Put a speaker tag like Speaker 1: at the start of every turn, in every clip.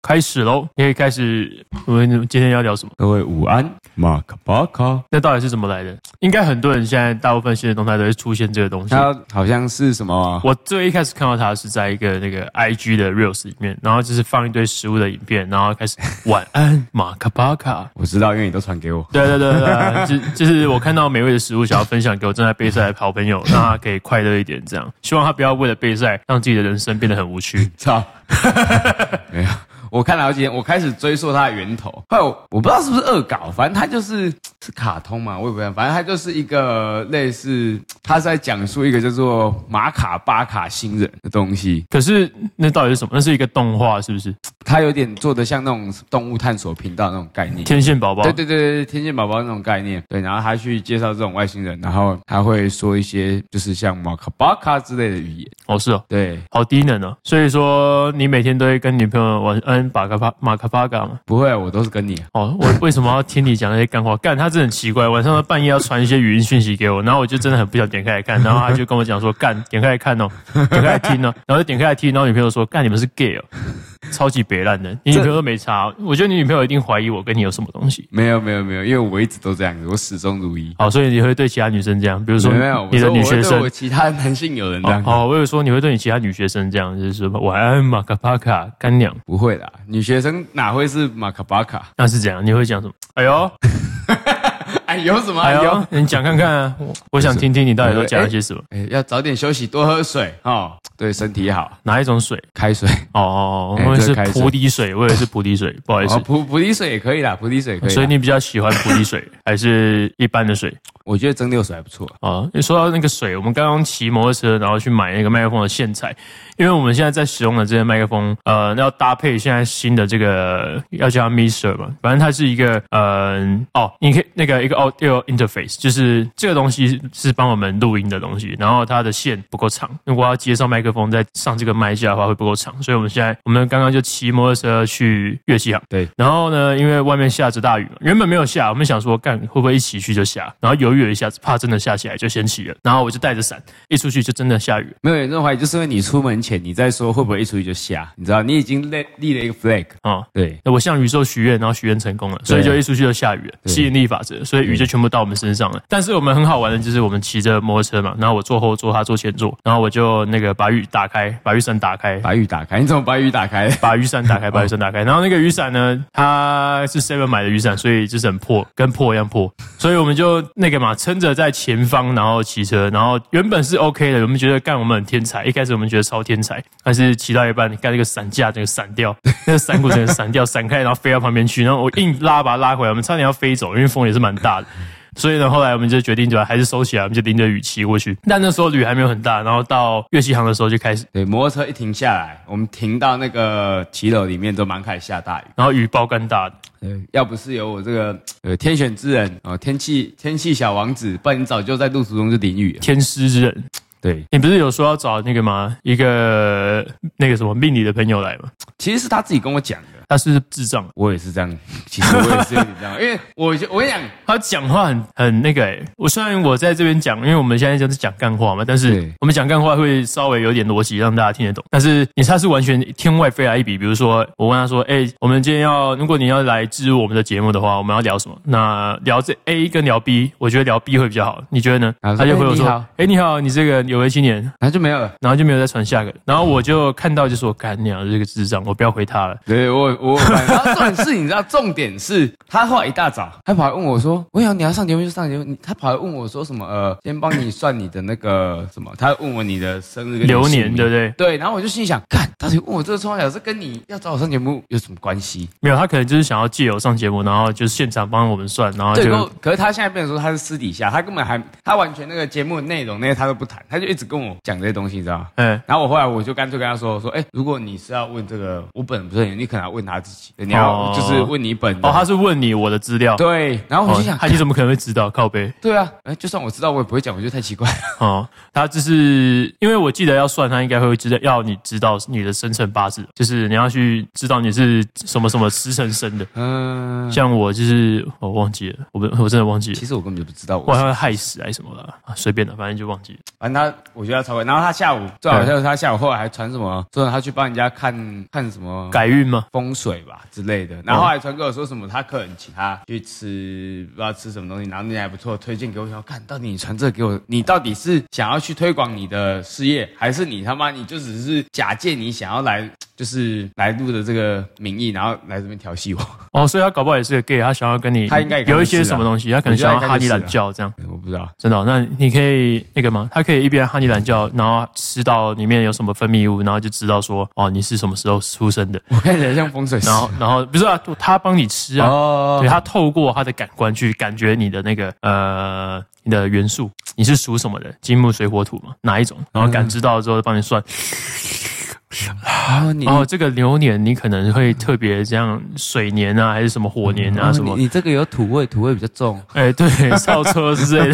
Speaker 1: 开始咯，你可以开始。我们今天要聊什么？
Speaker 2: 各位午安，马卡巴卡。
Speaker 1: 那到底是怎么来的？应该很多人现在大部分现实动态都会出现这个东西。
Speaker 2: 它好像是什么？
Speaker 1: 我最一开始看到它是在一个那个 IG 的 Reels 里面，然后就是放一堆食物的影片，然后开始晚安马卡巴卡。
Speaker 2: 我知道，因为你都传给我。
Speaker 1: 对，就是我看到美味的食物想要分享给我正在备赛的好朋友，让他可以快乐一点，这样。希望他不要为了备赛让自己的人生变得很无趣。
Speaker 2: 操，没有。我看了好几天，我开始追溯它的源头。后来我不知道是不是恶搞，反正它就是卡通嘛，我也不知道。反正它就是一个类似，它是在讲述一个叫做马卡巴卡星人的东西。
Speaker 1: 可是那到底是什么？那是一个动画，是不是？
Speaker 2: 它有点做的像那种动物探索频道那种概念。
Speaker 1: 天线宝宝。
Speaker 2: 对，天线宝宝那种概念。对，然后他去介绍这种外星人，然后他会说一些就是像马卡巴卡之类的语言。
Speaker 1: 哦，是哦。
Speaker 2: 对，
Speaker 1: 好低能哦。所以说你每天都会跟女朋友晚安马卡巴卡吗？
Speaker 2: 不会，我都是跟你。
Speaker 1: 哦，我为什么要听你讲那些干话？干，他真的很奇怪，晚上半夜要传一些语音讯息给我，然后我就真的很不想点开来看，然后他就跟我讲说，干，点开来看哦，点开来听哦，然后就点开来听，然后女朋友说，干，你们是 gay 哦，超级北烂的，你女朋友都没差，我觉得你女朋友一定怀疑我跟你有什么东西。
Speaker 2: 没有，因为我一直都这样子，我始终如一。
Speaker 1: 好，所以你会对其他女生这样，比如说
Speaker 2: 没有
Speaker 1: 你的女学生，
Speaker 2: 我其他男性友人这样。
Speaker 1: 哦，我有说你会对你其他女学生这样，就是说晚安马卡巴卡干娘。
Speaker 2: 不会啦，女学生哪会是马卡巴卡？
Speaker 1: 那是怎样？你会讲什么？哎呦。
Speaker 2: 哎呦什么？
Speaker 1: 哎呦，你讲看看啊！我想听听你到底都讲了些什么。
Speaker 2: 要早点休息，多喝水哦，对身体好。
Speaker 1: 哪一种水？
Speaker 2: 开水。
Speaker 1: 哦，我以为是菩提水，我以为是菩提水，不好意思。
Speaker 2: 菩提水也可以啦，菩提水可以。
Speaker 1: 所以你比较喜欢菩提水还是一般的水？
Speaker 2: 我觉得蒸馏水还不错。
Speaker 1: 哦，你说到那个水，我们刚刚骑摩托车，然后去买那个麦克风的线材，因为我们现在在使用的这些麦克风，要搭配现在新的这个要叫它 Mixer 嘛，反正它是一个你可以那个一个 Audio Interface， 就是这个东西是帮我们录音的东西，然后它的线不够长，如果要接上麦克风再上这个麦架的话会不够长，所以我们刚刚就骑摩托车去乐器行，
Speaker 2: 对，
Speaker 1: 然后呢，因为外面下着大雨嘛，原本没有下，我们想说干会不会一起去就下，然后犹豫了一下子，怕真的下起来就先骑了，然后我就带着伞，一出去就真的下雨了。
Speaker 2: 没有这种怀疑，就是因为你出门前你在说会不会一出去就下，你知道你已经立了一个 flag
Speaker 1: 哦，
Speaker 2: 对，
Speaker 1: 我向宇宙许愿，然后许愿成功了，所以就一出去就下雨了，吸引力法则，所以雨就全部到我们身上了。但是我们很好玩的就是我们骑着摩托车嘛，然后我坐后座，他坐前座，然后我就那个把雨伞打开，
Speaker 2: 你怎么把雨打开？
Speaker 1: 把雨伞打开，然后那个雨伞呢，它是 7 买的雨伞，所以就是很破，跟破一样破，所以我们就那个嘛，撑着在前方，然后骑车，然后原本是 OK 的，我们觉得干我们很天才，一开始我们觉得超天才，但是骑到一半，干那个伞架整个散掉，那个伞骨整个散掉，散开，然后飞到旁边去，然后我硬拉把它拉回来，我们差点要飞走，因为风也是蛮大的。所以呢，后来我们就决定，还是收起来，我们就淋着雨骑过去。但那时候雨还没有很大，然后到乐器行的时候就开始，
Speaker 2: 对，摩托车一停下来，我们停到那个骑楼里面，都蛮开始下大雨，
Speaker 1: 然后雨爆干大的。
Speaker 2: 要不是有我这个天选之人哦，天气小王子，不然你早就在路途中就淋雨了。
Speaker 1: 天师之人。
Speaker 2: 对，
Speaker 1: 你不是有说要找那个吗？一个那个什么命理的朋友来吗？
Speaker 2: 其实是他自己跟我讲的。
Speaker 1: 他是智障，
Speaker 2: 我也是这样。其实我也是有点这样，因为我跟你讲，
Speaker 1: 他讲话很那个我虽然我在这边讲，因为我们现在就是讲干话嘛，但是我们讲干话会稍微有点逻辑，让大家听得懂。但是他是完全天外飞来一笔，比如说我问他说，我们今天如果你要来置入我们的节目的话，我们要聊什么？那聊这 A 跟聊 B， 我觉得聊 B 会比较好，你觉得呢？他就会有说，你好，你这个有为青年，
Speaker 2: 然后就没有了，
Speaker 1: 然后就没有再传下个，然后我就看到就说，干娘这个智障，我不要回他了。
Speaker 2: 对然后重点是，你知道，重点是他后来一大早，他跑来问我说：“我想你要上节目就上节目。”他跑来问我说什么？先帮你算你的那个什么？他问我你的生日跟
Speaker 1: 流年，对不对？
Speaker 2: 对。然后我就心想，干，他就问我这个冲小，这跟你要找我上节目有什么关系？
Speaker 1: 没有，他可能就是想要借由上节目，然后就是现场帮我们算，然后就。
Speaker 2: 对，可是他现在变成说他是私底下，他根本他完全那个节目的内容那些他都不谈，他就一直跟我讲这些东西，你知道吗？然后后来我就干脆跟他说，如果你是要问这个，我本人不是很，你可能要问他自己，你要就是问你本人。
Speaker 1: 他是问你我的资料。
Speaker 2: 对，然后我就想，
Speaker 1: 你怎么可能会知道？靠背。
Speaker 2: 对啊，就算我知道，我也不会讲，我觉得太奇怪了。
Speaker 1: 他就是因为我记得要算，他应该会要你知道你的生辰八字，就是你要去知道你是什么什么时辰生的。像我就是我忘记了，我真的忘记了。
Speaker 2: 其实我根本就不知道
Speaker 1: 我好像会害死还是什么的，随便的，反正就忘记了。
Speaker 2: 反正我觉得他超怪。然后他下午最好笑是他下午后来还传什么，说他去帮人家看什么
Speaker 1: 改运吗？
Speaker 2: 风水吧之类的。然后后来传给我说什么，他客人请他去吃不知道吃什么东西，然后那还不错，推荐给我。想看到底你传这个给我，你到底是想要去推广你的事业，还是你他妈你就只是假借你想要来就是来录的这个名义，然后来这边调戏我？
Speaker 1: 哦，所以他搞不好也是个 gay， 他想要跟你，
Speaker 2: 他应该
Speaker 1: 有一些什么东西，他可能想要哈尼懒觉这样。
Speaker 2: 我不知道，
Speaker 1: 真的、哦？那你可以那个吗？他可以一边哈尼懒觉，然后吃到里面有什么分泌物，然后就知道说哦你是什么时候出生的。
Speaker 2: 我看起来像风水师。
Speaker 1: 然后不是啊，他帮你吃啊，对，他透过他的感官去感觉你的那个你的元素，你是属什么的？金木水火土嘛，哪一种？然后感知到了之后帮你算。这个流年你可能会特别这样水年啊，还是什么火年啊什么？
Speaker 2: 你这个有土味，土味比较重。
Speaker 1: 哎，对，烧车之类的。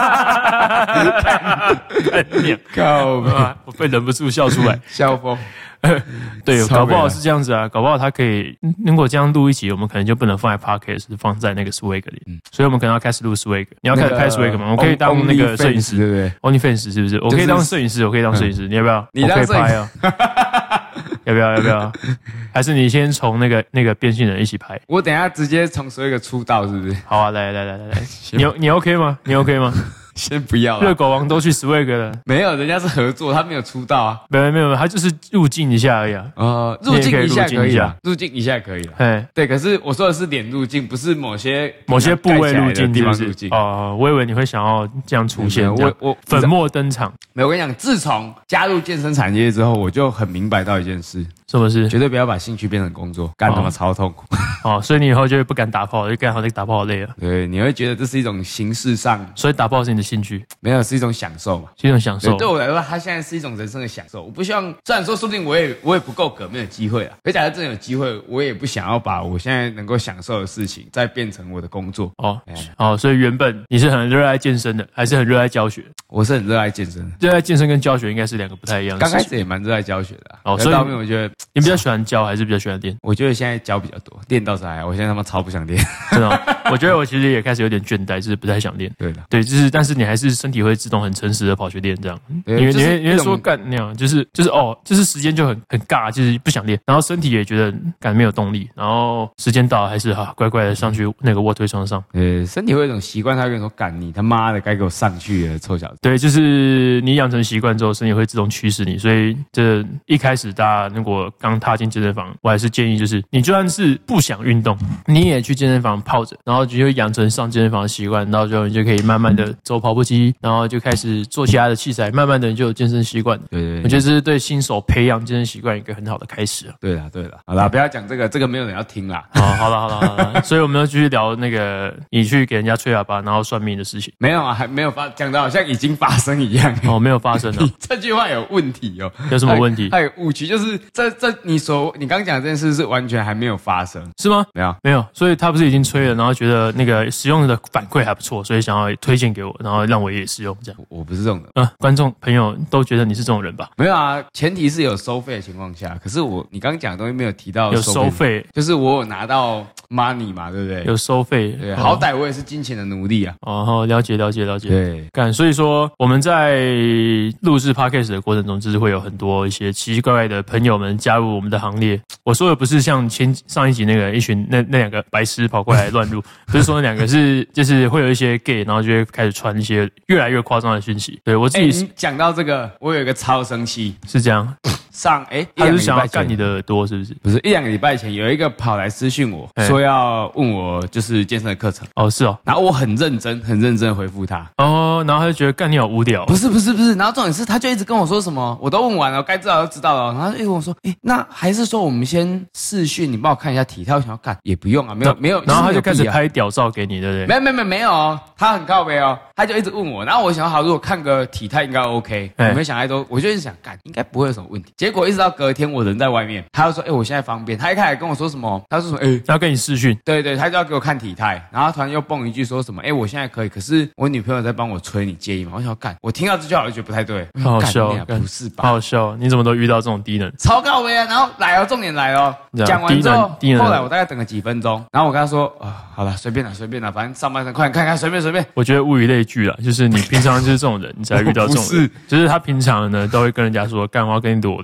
Speaker 1: 靠！我被忍不住笑出来，
Speaker 2: 笑疯。
Speaker 1: 对，搞不好是这样子啊，搞不好他可以，如果这样录一集，我们可能就不能放在 podcast， 放在那个 Swag 里，所以我们可能要开始录 Swag。你要开始拍 Swag 吗？我可以当那个摄影师，
Speaker 2: 对不对
Speaker 1: ？OnlyFans 是不是？我可以当摄影师，我可以当摄影师，你要不要？
Speaker 2: 你当摄影师
Speaker 1: 我可以拍啊。要不要？还是你先从那个变性人一起拍？
Speaker 2: 我等一下直接从Swag出道，是不是？
Speaker 1: 好啊，来，你 OK 吗？你 OK 吗？
Speaker 2: 先不要了，
Speaker 1: 热狗王都去 Swag 了，
Speaker 2: 没有，人家是合作，他没有出道啊，
Speaker 1: 没有，他就是入境一下而已啊。
Speaker 2: 入境一下可以啊，入境一下可以了。哎，对，可是我说的是脸入境，不是某些
Speaker 1: 部位入境
Speaker 2: 地方入境。
Speaker 1: 我以为你会想要这样出现，我粉墨登场。
Speaker 2: 没有，我跟你讲，自从加入健身产业之后，我就很明白到一件事。
Speaker 1: 什么事？
Speaker 2: 绝对不要把兴趣变成工作，干他妈超痛苦。
Speaker 1: 所以你以后就会不敢打炮，就干好那个打炮好累啊。
Speaker 2: 对，你会觉得这是一种形式上，
Speaker 1: 所以打炮是你的兴趣，
Speaker 2: 没有是一种享受嘛？
Speaker 1: 是一种享受。
Speaker 2: 对我来说，它现在是一种人生的享受。我不希望，虽然说不定我也不够格，没有机会啊。可假如真的有机会，我也不想要把我现在能够享受的事情再变成我的工作。
Speaker 1: 所以原本你是很热爱健身的，还是很热爱教学？
Speaker 2: 我是很热爱健身，
Speaker 1: 热爱健身跟教学应该是两个不太一样的事情。
Speaker 2: 刚开始也蛮热爱教学的，
Speaker 1: 所以
Speaker 2: 到后面我觉得
Speaker 1: 你比较喜欢教还是比较喜欢练？
Speaker 2: 我觉得现在教比较多，练倒是还好，我现在他妈超不想练。
Speaker 1: 真的，我觉得我其实也开始有点倦怠，就是不太想练。
Speaker 2: 对的，
Speaker 1: 对，就是但是你还是身体会自动很诚实的跑去练这样。你会说干那样，就是时间就很尬，就是不想练，然后身体也觉得干没有动力，然后时间到了还是乖乖的上去那个卧推床上。
Speaker 2: 身体会有一种习惯，他会跟你说干你他妈的该给我上去了，臭小子。
Speaker 1: 对，就是你养成习惯之后，身体会自动驱使你，所以这一开始大家如果刚踏进健身房，我还是建议就是你就算是不想运动，你也去健身房泡着，然后就会养成上健身房的习惯，然后你就可以慢慢的走跑步机，然后就开始做其他的器材，慢慢的你就有健身习惯。
Speaker 2: 对，
Speaker 1: 我觉得这是对新手培养健身习惯一个很好的开始。
Speaker 2: 对了，好啦，不要讲这个没有人要听啦。
Speaker 1: 好了，所以我们要继续聊那个你去给人家吹喇叭然后算命的事情。
Speaker 2: 没有啊，还没有讲到好像已经发生一样。
Speaker 1: 没有发生了。
Speaker 2: 你这句话有问题哦。
Speaker 1: 有什么问题？
Speaker 2: 还有误区，就是你刚讲这件事是完全还没有发生，
Speaker 1: 是吗？
Speaker 2: 没有，
Speaker 1: 所以他不是已经吹了，然后觉得那个使用的反馈还不错，所以想要推荐给我，然后让我也使用这样。
Speaker 2: 我不是这种人。
Speaker 1: 观众朋友都觉得你是这种人吧？
Speaker 2: 没有啊，前提是有收费的情况下。可是你刚刚讲的东西没有提到
Speaker 1: 有收费，
Speaker 2: 就是我有拿到 money 嘛，对不对？
Speaker 1: 有收费，
Speaker 2: 对，好歹我也是金钱的奴隶啊。
Speaker 1: 了解。
Speaker 2: 对，
Speaker 1: 所以说我们在录制 podcast 的过程中，就是会有很多一些奇奇怪怪的朋友们加入我们的行列。我说的不是像上一集那个一群那两个白痴跑过来乱入，不是说那两个是就是会有一些 gay， 然后就会开始传一些越来越夸张的讯息。对我自己，
Speaker 2: 你讲到这个，我有一个超生气，
Speaker 1: 是这样。他是想要干你的耳朵，是不是？
Speaker 2: 不是，1-2个礼拜前有一个跑来私讯我说要问我就是健身的课程。
Speaker 1: 是哦。
Speaker 2: 然后我很认真的回复他。
Speaker 1: 然后他就觉得干你好无聊。
Speaker 2: 不是。然后重点是他就一直跟我说什么，我都问完了，该知道都知道了。然后他就跟我说，那还是说我们先视讯，你帮我看一下体态。我想要干也不用啊，没有。
Speaker 1: 然后他就开始拍屌照给你，对不
Speaker 2: 对？没有哦，他很靠北哦，他就一直问我。然后我想好，如果看个体态应该 OK， 我没想太多，我就一直想干应该不会有什么问题。结果一直到隔天我人在外面，他就说我现在方便。他一开始跟我说什么，他说什么
Speaker 1: 他要跟你视讯，
Speaker 2: 对，他就要给我看体态。然后突然又蹦一句说什么我现在可以，可是我女朋友在帮我吹，你介意吗？我想要干，我听到这句话我就觉得不太对。
Speaker 1: 好好笑，
Speaker 2: 不是吧？
Speaker 1: 好好笑，你怎么都遇到这种低能？
Speaker 2: 超靠北啊！然后重点来了，讲完之后，后来我大概等了几分钟，然后我跟他说好了，随便了，反正上半身快点看看，随便。
Speaker 1: 我觉得物以类聚啦，就是你平常就是这种人，你才遇到这种人。就是他平常呢都会跟人家说干，我要跟你裸聊。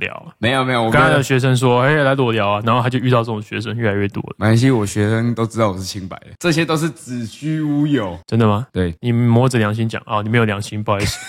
Speaker 1: 聊。
Speaker 2: 没有，我
Speaker 1: 刚才的学生说，来裸聊啊，然后他就遇到这种学生越来越多了。
Speaker 2: 没关系，我学生都知道我是清白的，这些都是子虚乌有。
Speaker 1: 真的吗？
Speaker 2: 对，
Speaker 1: 你摸着良心讲你没有良心，不好意思。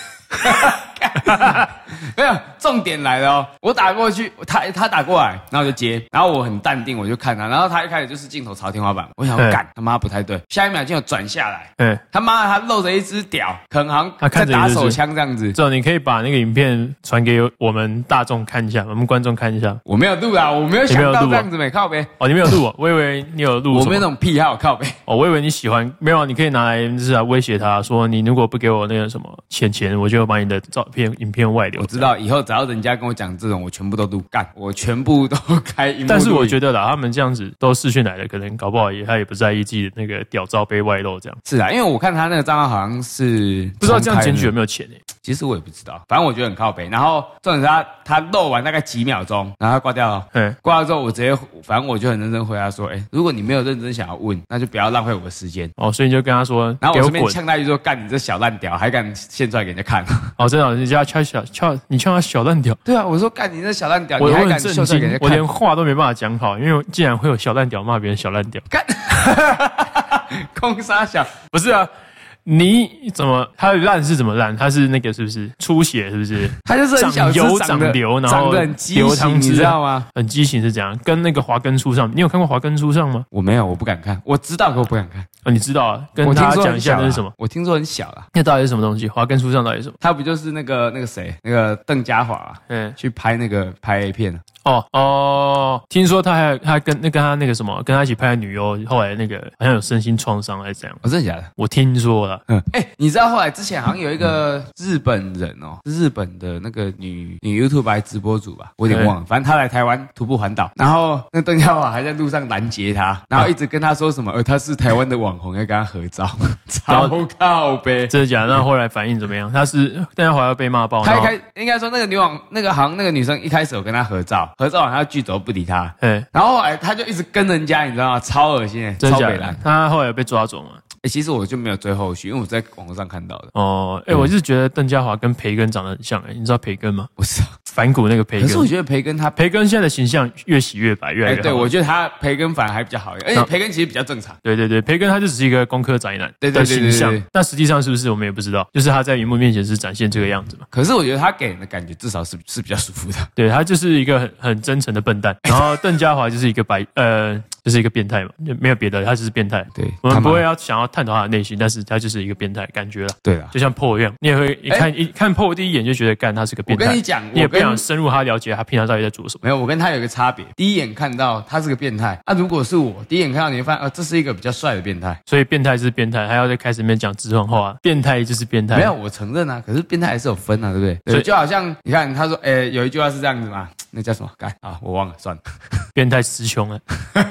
Speaker 2: 没有，重点来了哦！我打过去，他打过来，然后我就接，然后我很淡定，我就看他，然后他一开始就是镜头朝天花板，我想要干他妈不太对，下一秒镜头转下来，他妈的他露着一只屌，可能好像在打手枪这样子。
Speaker 1: 这你可以把那个影片传给我们大众看一下，我们观众看一下。
Speaker 2: 我没有录啊，我没有想到这样子没靠背。
Speaker 1: 你没有录我以为你有录。
Speaker 2: 我没有那种癖好靠背。
Speaker 1: 我以为你喜欢，没有，你可以拿来就是来威胁他说，你如果不给我那个什么钱，我就把你的照片、影片外流。
Speaker 2: 我知道以后只要人家跟我讲这种，我全部都录干，我全部都开荧幕。
Speaker 1: 但是我觉得啦，他们这样子都视讯来的，可能搞不好他也不在意自己的那个屌照被外露这样。
Speaker 2: 是啊，因为我看他那个账号好像是
Speaker 1: 不知道这样检举有没有钱
Speaker 2: 其实我也不知道，反正我觉得很靠北。然后重点是他露完大概几秒钟，然后他挂掉了。挂掉之后我直接，反正我就很认真回答说，如果你没有认真想要问，那就不要浪费我的时间。
Speaker 1: 所以你就跟他说，
Speaker 2: 然后我顺便呛他一句说，干你这小烂屌，还敢现出来给人家看？
Speaker 1: 真的，你叫他你呛他小烂屌。
Speaker 2: 对啊，我说干你这小烂屌，你还敢秀出来给人家看？
Speaker 1: 我连话都没办法讲好，因为既然会有小烂屌骂别人小烂屌，
Speaker 2: 干，空杀小，
Speaker 1: 不是啊。你怎么？他的烂是怎么烂？他是那个是不是出血？是不是？
Speaker 2: 他就是很小
Speaker 1: 油长流，然后
Speaker 2: 很畸形，你知道吗？
Speaker 1: 很畸形是这样，跟那个华根初上，你有看过华根初上吗？
Speaker 2: 我没有，我不敢看。我知道，可我不敢看。
Speaker 1: 你知道啊？跟他讲一下那是什么？
Speaker 2: 我听说很小啦。
Speaker 1: 那到底是什么东西？华根初上到底是什么？
Speaker 2: 他不就是那个谁，那个邓家华去拍 A 片
Speaker 1: 听说他跟他那个什么，跟他一起拍的女优，后来那个好像有身心创伤还是怎样？
Speaker 2: 真的假的？
Speaker 1: 我听说了。
Speaker 2: 你知道后来之前好像有一个日本人日本的那个女 YouTube 直播主吧，我有点忘了。反正她来台湾徒步环岛，然后那邓家华还在路上拦截她，然后一直跟她说什么，她是台湾的网红，要跟她合照，超靠北。
Speaker 1: 真的假的？那后来反应怎么样？邓家华要被骂爆。
Speaker 2: 他应该说那个好像那个女生一开始有跟他合照完他拒走不理他，然后后来他就一直跟人家，你知道吗？超恶心超北蓝。
Speaker 1: 他后来有被抓走吗？
Speaker 2: 其实我就没有追后续，因为我在网络上看到的。
Speaker 1: 我是觉得邓家华跟培根长得很像你知道培根吗？
Speaker 2: 不是
Speaker 1: 反骨那个培根。
Speaker 2: 可是我觉得培根现
Speaker 1: 在的形象越洗越白，越来越好。
Speaker 2: 对，我觉得他培根反而还比较好，而且培根其实比较正常。
Speaker 1: 对，培根他就只是一个工科宅男的形象，但实际上是不是我们也不知道，就是他在荧幕面前是展现这个样子嘛。
Speaker 2: 可是我觉得他给人的感觉至少是比较舒服的。
Speaker 1: 对，他就是一个很真诚的笨蛋，然后邓家华就是一个就是一个变态嘛，没有别的，他只是变态。
Speaker 2: 对，
Speaker 1: 我们不会想要探讨他的内心，但是他就是一个变态，感觉了。
Speaker 2: 对啊，
Speaker 1: 就像 Paul 一样，你也会一看 Paul 第一眼就觉得干他是个变态。
Speaker 2: 我跟你讲，
Speaker 1: 你也不想深入他了解他平常到底在做什么。
Speaker 2: 没有，我跟他有一个差别，第一眼看到他是个变态，如果是我第一眼看到你会发现，这是一个比较帅的变态。
Speaker 1: 所以变态是变态，还要在开始里面讲直谎话，变态就是变态。
Speaker 2: 没有，我承认啊，可是变态还是有分啊，对不对？所以就好像你看他说，有一句话是这样子嘛，那叫什么？干啊，我忘了，算了。
Speaker 1: 变态词穷了。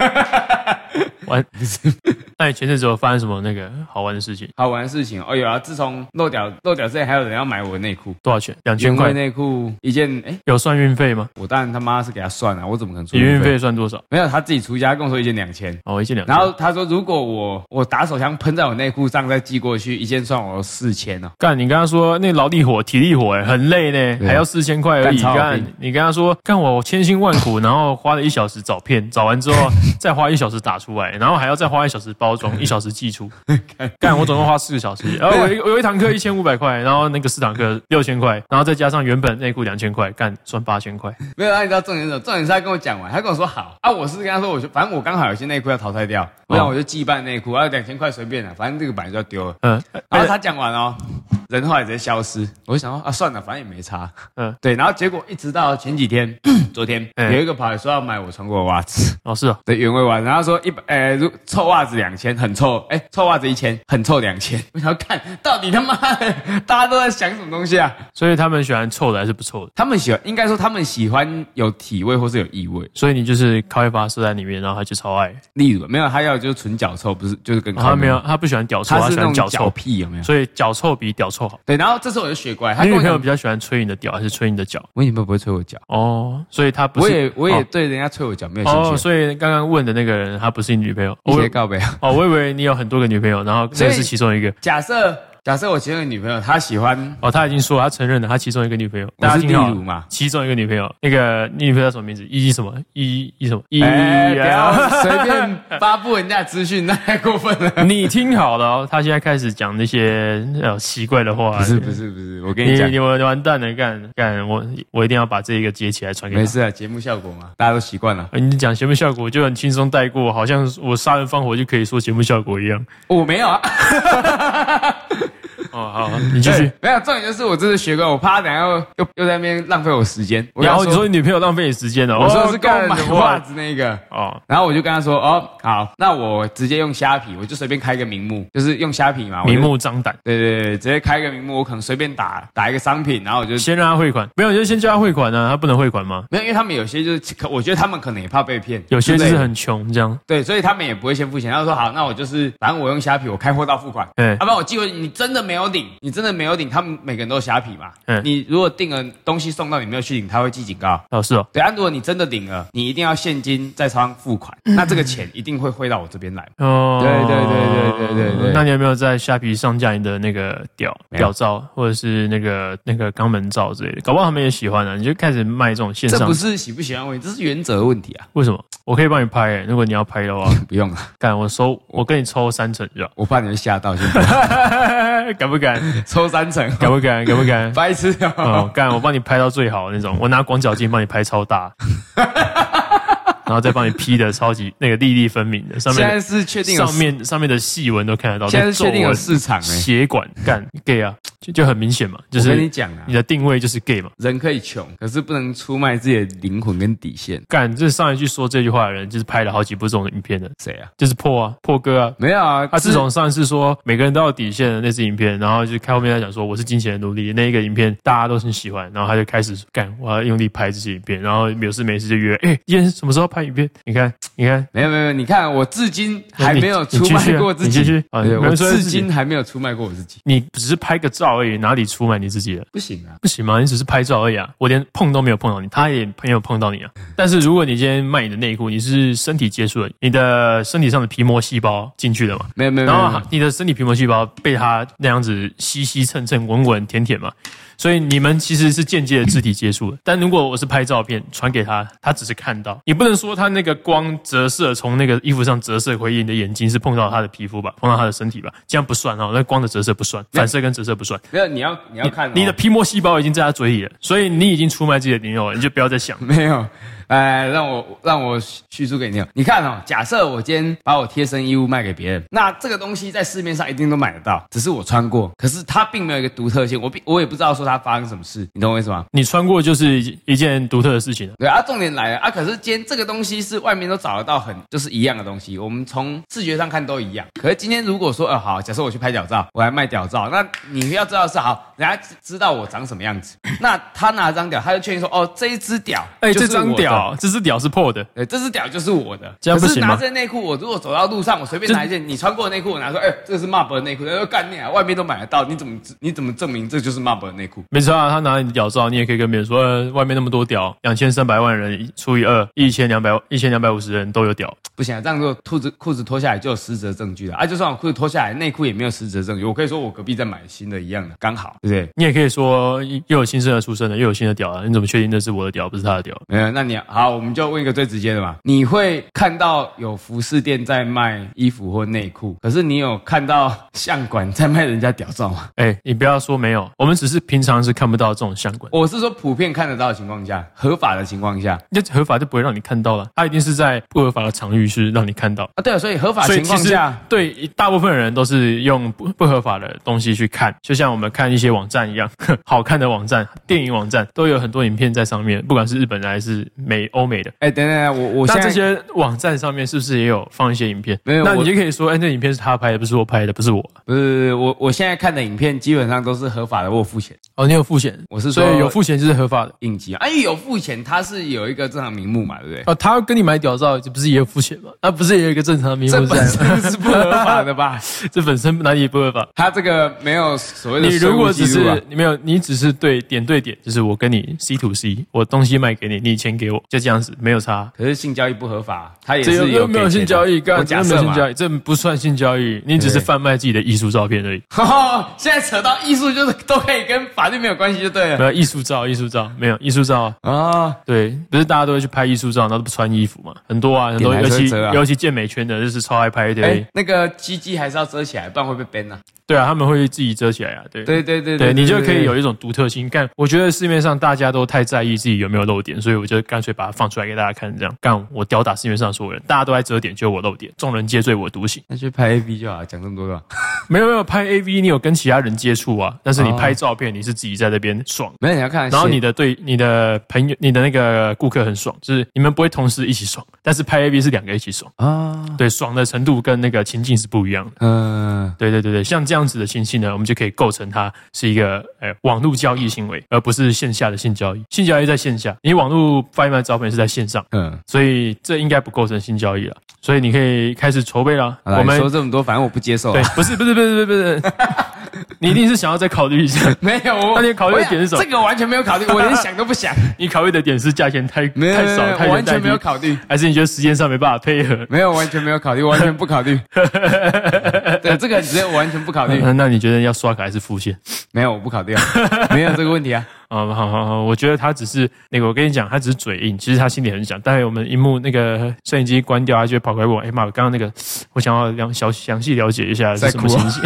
Speaker 1: 那你前阵子有发生什么那个好玩的事情？
Speaker 2: 好玩的事情有啊！自从漏屌之前，还有人要买我的内裤，
Speaker 1: 多少钱？2000块
Speaker 2: 内裤一件，
Speaker 1: 有算运费吗？
Speaker 2: 我当然他妈是给他算啊，我怎么可能出
Speaker 1: 运费算多少？
Speaker 2: 没有，他自己出价，跟我说一件2000。
Speaker 1: 一件2000。
Speaker 2: 然后他说，如果我打手枪喷在我内裤上再寄过去，一件算我4000
Speaker 1: 干，你跟他说那劳力活、体力活很累呢，还要4000块而已。干，你跟他说，干我千辛万苦，然后花了1小时找片，找完之后再花1小时打出来，然后还要再花1小时包装，1小时寄出。干，我总共花4个小时。然后我有一堂课1500块，然后那个4堂课6000块，然后再加上原本内裤2000块，干算8000块。
Speaker 2: 没有，你知道重点是什么？重点是他跟我讲完，他跟我说好我是跟他说，反正我刚好有些内裤要淘汰掉，不然我就寄一半内裤，2000块随便了，反正这个本来就要丢了。然后他讲完人后来直接消失，我就想说算了，反正也没差。对，然后结果一直到前几天，昨天有一个跑来说要买我穿过的袜子。
Speaker 1: 是啊，
Speaker 2: 对，原味袜子，然后说臭袜子2000很臭，臭袜子1000很臭2000。我想要看到底他妈的大家都在想什么东西啊？
Speaker 1: 所以他们喜欢臭的还是不臭的？
Speaker 2: 应该说他们喜欢有体味或是有异味。
Speaker 1: 所以你就是靠一发射在里面，然后他就超爱。
Speaker 2: 例如没有，他要就是纯脚臭，不是就是跟
Speaker 1: 他没有，他不喜欢屌臭，
Speaker 2: 他是那种
Speaker 1: 脚臭
Speaker 2: 屁有没有？
Speaker 1: 所以脚臭比屌臭好。
Speaker 2: 对，然后这时候我就学乖，
Speaker 1: 你女朋友比较喜欢吹你的屌还是吹你的脚？
Speaker 2: 我女朋友不会吹我脚
Speaker 1: 所以他不是。
Speaker 2: 我也对人家吹我脚没有兴趣。
Speaker 1: 所以刚刚问的那个人他不是你女朋友？
Speaker 2: 一些告白
Speaker 1: 我以为你有很多个女朋友，然后这是其中一个。
Speaker 2: 假设假设我其中一个女朋友她喜欢
Speaker 1: 哦，他已经说了他承认了，他其中一个女朋友，
Speaker 2: 我是例
Speaker 1: 大家听好
Speaker 2: 如嘛，
Speaker 1: 其中一个女朋友，那个你女朋友叫什么名字？什么？什么？
Speaker 2: 不要随便发布人家的资讯，那太过分了。
Speaker 1: 你听好了哦，他现在开始讲那些奇怪的话。
Speaker 2: 不是，我跟你讲，
Speaker 1: 你完蛋了，干我一定要把这一个接起来传给他。
Speaker 2: 没事啊，节目效果嘛，大家都习惯了。
Speaker 1: 你讲节目效果就很轻松带过，好像我杀人放火就可以说节目效果一样。
Speaker 2: 我没有啊。
Speaker 1: 哦，好，你继续。
Speaker 2: 没有，重点就是我这次学过，我怕等下又在那边浪费我时间。
Speaker 1: 然后你说你女朋友浪费你时间了，
Speaker 2: 我说是干买袜子那个
Speaker 1: 哦。
Speaker 2: 然后我就跟他说，哦，好，那我直接用虾皮，我就随便开一个名目，就是用虾皮嘛，
Speaker 1: 明目张胆。
Speaker 2: 对，直接开一个名目，我可能随便打一个商品，然后我就
Speaker 1: 先让他汇款。没有，就先叫他汇款啊，他不能汇款吗？
Speaker 2: 没有，因为他们有些就是，我觉得他们可能也怕被骗，
Speaker 1: 有些就是很穷这样。
Speaker 2: 对，所以他们也不会先付钱。他说好，那我就是反正我用虾皮，我开货到付款。要不然我寄回去，你真的没有领，他们每个人都有虾皮嘛。你如果订了东西送到你没有去领，他会寄警告。
Speaker 1: 哦，是哦。
Speaker 2: 对啊，如果你真的领了，你一定要现金在超商付款，那这个钱一定会汇到我这边来。哦，对。
Speaker 1: 那你有没有在虾皮上架你的那个屌照，或者是那个肛门照之类的？搞不好他们也喜欢啊，你就开始卖这种线上。
Speaker 2: 这不是喜不喜欢问题，这是原则的问题啊。
Speaker 1: 为什么？我可以帮你拍如果你要拍的话。
Speaker 2: 不用了，
Speaker 1: 干我跟你抽3成就好。
Speaker 2: 我怕你会吓到，
Speaker 1: 敢不敢
Speaker 2: 抽3成？
Speaker 1: 敢不敢？
Speaker 2: 白痴
Speaker 1: 哦！干，我帮你拍到最好的那种，我拿广角镜帮你拍超大。然后再帮你 P 的超级那个粒粒分明的，上面
Speaker 2: 现在是确定
Speaker 1: 上面的细纹都看得到，
Speaker 2: 现在是确定有市场
Speaker 1: 血管干 gay 啊，就很明显嘛，就是
Speaker 2: 我跟你讲啊，
Speaker 1: 你的定位就是 gay 嘛，
Speaker 2: 人可以穷，可是不能出卖自己的灵魂跟底线。
Speaker 1: 干，这上一句说这句话的人，就是拍了好几部这种影片的，
Speaker 2: 谁啊？
Speaker 1: 就是破哥啊，
Speaker 2: 没有啊，
Speaker 1: 他自从上一次说每个人都有底线的那支影片，然后就开后面在讲说我是金钱的奴隶那一个影片，大家都很喜欢，然后他就开始干，我要用力拍这些影片，然后有事没事就约，今天什么时候拍影片？你看，
Speaker 2: 没有，你看我至今还没有出卖过自己。
Speaker 1: 你继续，
Speaker 2: 我至今还没有出卖过我自己。
Speaker 1: 你只是拍个照而已，哪里出卖你自己了？
Speaker 2: 不行啊，
Speaker 1: 不行吗？你只是拍照而已啊，我连碰都没有碰到你，他也没有碰到你啊。但是如果你今天卖你的内裤，你是身体接触的，你的身体上的皮膜细胞进去了嘛？
Speaker 2: 没有，
Speaker 1: 然后你的身体皮膜细胞被他那样子吸吸蹭蹭、吻吻舔舔嘛。所以你们其实是间接的肢体接触的，但如果我是拍照片传给他，他只是看到，你不能说他那个光折射从那个衣服上折射回你的眼睛是碰到他的皮肤吧，碰到他的身体吧，这样不算哦，那光的折射不算，反射跟折射不算。
Speaker 2: 没有，你要看
Speaker 1: 你的皮膜细胞已经在他嘴里了，所以你已经出卖自己的女友了，你就不要再想。
Speaker 2: 没有。让我叙述给你听。你看哦，假设我今天把我贴身衣物卖给别人，那这个东西在市面上一定都买得到，只是我穿过，可是它并没有一个独特性，我也不知道说它发生什么事，你懂我意思吗？
Speaker 1: 你穿过就是一件独特的事情了。
Speaker 2: 对啊，重点来了啊！可是今天这个东西是外面都找得到就是一样的东西，我们从视觉上看都一样。可是今天如果说好，假设我去拍屌照，我来卖屌照，那你要知道的是好，人家知道我长什么样子，那他拿张屌，他就确定说哦，这一只屌，
Speaker 1: 这张屌。这只屌是破的，
Speaker 2: 对，这只屌就是我的。
Speaker 1: 这样不行吗？
Speaker 2: 可是拿这内裤，我如果走到路上，我随便拿一件你穿过的内裤，我拿说，这个是 MAB 的内裤，他说干你啊，外面都买得到，你怎么证明这就是 MAB 的内裤？
Speaker 1: 没错啊，他拿你的屌照，你也可以跟别人说，外面那么多屌，2300万人除以2，1250人都有屌。
Speaker 2: 不行啊，这样如果裤子脱下来就有实质证据了啊！就算我裤子脱下来，内裤也没有实质证据，我可以说我隔壁在买新的一样的，刚好，对不对？
Speaker 1: 你也可以说又有新生儿出生了，又有新的屌了，你怎么确定那是我的屌，不是他的屌？
Speaker 2: 没有，那你好，我们就问一个最直接的嘛，你会看到有服饰店在卖衣服或内裤，可是你有看到相馆在卖人家屌照吗？
Speaker 1: 你不要说没有，我们只是平常是看不到这种相馆。我
Speaker 2: 是说普遍看得到的情况下，合法的情况下，
Speaker 1: 那合法就不会让你看到了，它一定是在不合法的场域是让你看到
Speaker 2: 啊。对啊，所以合法情况下，
Speaker 1: 对大部分人都是用不合法的东西去看，就像我们看一些网站一样，好看的网站、电影网站都有很多影片在上面，不管是日本的还是欧美的。
Speaker 2: 等，我现在
Speaker 1: 那这些网站上面是不是也有放一些影片？
Speaker 2: 没有，
Speaker 1: 那你就可以说，那影片是他拍的，不是我拍的，不是我。
Speaker 2: 不是，我现在看的影片基本上都是合法的，我有付钱。
Speaker 1: 哦，你有付钱？
Speaker 2: 我是说，
Speaker 1: 所以有付钱就是合法的
Speaker 2: 影集啊。因为有付钱，他是有一个正常名目嘛，对不对？
Speaker 1: 哦，他要跟你买屌照，不是也有付钱吗？他不是也有一个正常的名目在？
Speaker 2: 这本身是不合法的吧？
Speaker 1: 这本身哪里不合法？
Speaker 2: 他这个没有所谓的。
Speaker 1: 你如果只
Speaker 2: 录啊。
Speaker 1: 你只是对点，就是我跟你 C to C， 我东西卖给你，你钱给我，就这样子，没有差。
Speaker 2: 可是性交易不合法，他也是有
Speaker 1: 没有性交易，
Speaker 2: 我假设嘛，
Speaker 1: 这不算性交易，你只是贩卖自己的艺术照片而已。
Speaker 2: 现在扯到艺术，就是都可以跟法律没有关系就对了。
Speaker 1: 没有艺术照，没有艺术照啊。对，不是大家都会去拍艺术照，然后都不穿衣服嘛，很多啊，尤其健美圈的，就是超爱拍的。
Speaker 2: 那个鸡鸡还是要遮起来，不然会被 ban 啊。
Speaker 1: 对啊，他们会自己遮起来啊。对，你就可以有一种独特性。干，我觉得市面上大家都太在意自己有没有漏点，所以我就干脆把它放出来给大家看，这样干我吊打市面上所有人，大家都在遮点，就我漏点，众人皆醉我独醒。
Speaker 2: 那去拍 AV 就好，讲这么多个。
Speaker 1: 没有拍 AV， 你有跟其他人接触啊，但是你拍照片，你是自己在那边爽。
Speaker 2: 没有你要看，
Speaker 1: 然后你的朋友，你的那个顾客很爽，就是你们不会同时一起爽，但是拍 AV 是2个一起爽啊。对，爽的程度跟那个情境是不一样的。对，像这样子的情形呢，我们就可以构成它是一个网络交易行为，而不是线下的性交易。性交易在线下，你网络贩卖照片是在线上，所以这应该不构成性交易了。所以你可以开始筹备了。
Speaker 2: 我们说这么多，反正我不接受。
Speaker 1: 对，不是，你一定是想要再考虑一下。
Speaker 2: 没有，
Speaker 1: 那你考虑的点是什么？
Speaker 2: 这个完全没有考虑，我连想都不想。
Speaker 1: 你考虑的点是价钱太少，太
Speaker 2: 完全没有考虑，
Speaker 1: 还是你觉得时间上没办法配合？
Speaker 2: 没有，完全没有考虑，完全不考虑。对，这个直接完全不考虑。
Speaker 1: 那你觉得要刷卡还是付现？
Speaker 2: 没有，我不考虑啊，没有这个问题啊。
Speaker 1: 好，我觉得他只是那个，我跟你讲，他只是嘴硬，其实他心里很想。待会我们荧幕那个摄影机关掉，他就会跑过来问我：“妈，刚刚那个，我想要详细了解一下是什么情形。”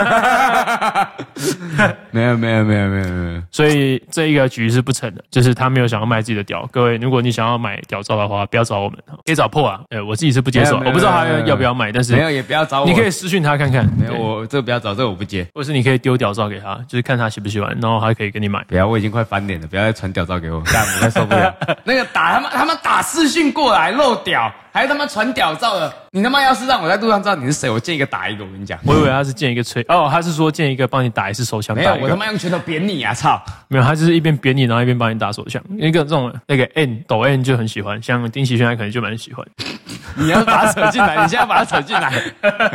Speaker 2: 没有。
Speaker 1: 所以这一个局是不成的，就是他没有想要卖自己的屌。各位，如果你想要买屌照的话，不要找我们，可以找破啊。我自己是不接受，我不知道他要不要买，但是
Speaker 2: 没有也不要找我，
Speaker 1: 你可以私讯他看看。
Speaker 2: 没有，我这个不要找，这个我不接。
Speaker 1: 或是你可以丢屌照给他，就是看他喜不喜欢，然后他可以跟你买。
Speaker 2: 不要，我已经快翻脸了，不要再传屌照给我，这样我快受不了。那个他们打视讯过来漏屌，还他妈传屌照的，你他妈要是让我在路上知道你是谁，我见一个打一个，我跟你讲。
Speaker 1: 我以为他是见一个吹他是说见一个帮你打一次手枪。
Speaker 2: 没有，我他妈用拳头扁你啊！操！
Speaker 1: 没有，他就是一边扁你，然后一边帮你打手枪。那个 抖 N 就很喜欢，像丁奇轩他可能就蛮喜欢。
Speaker 2: 你要把他扯进来，你现在把他扯进来。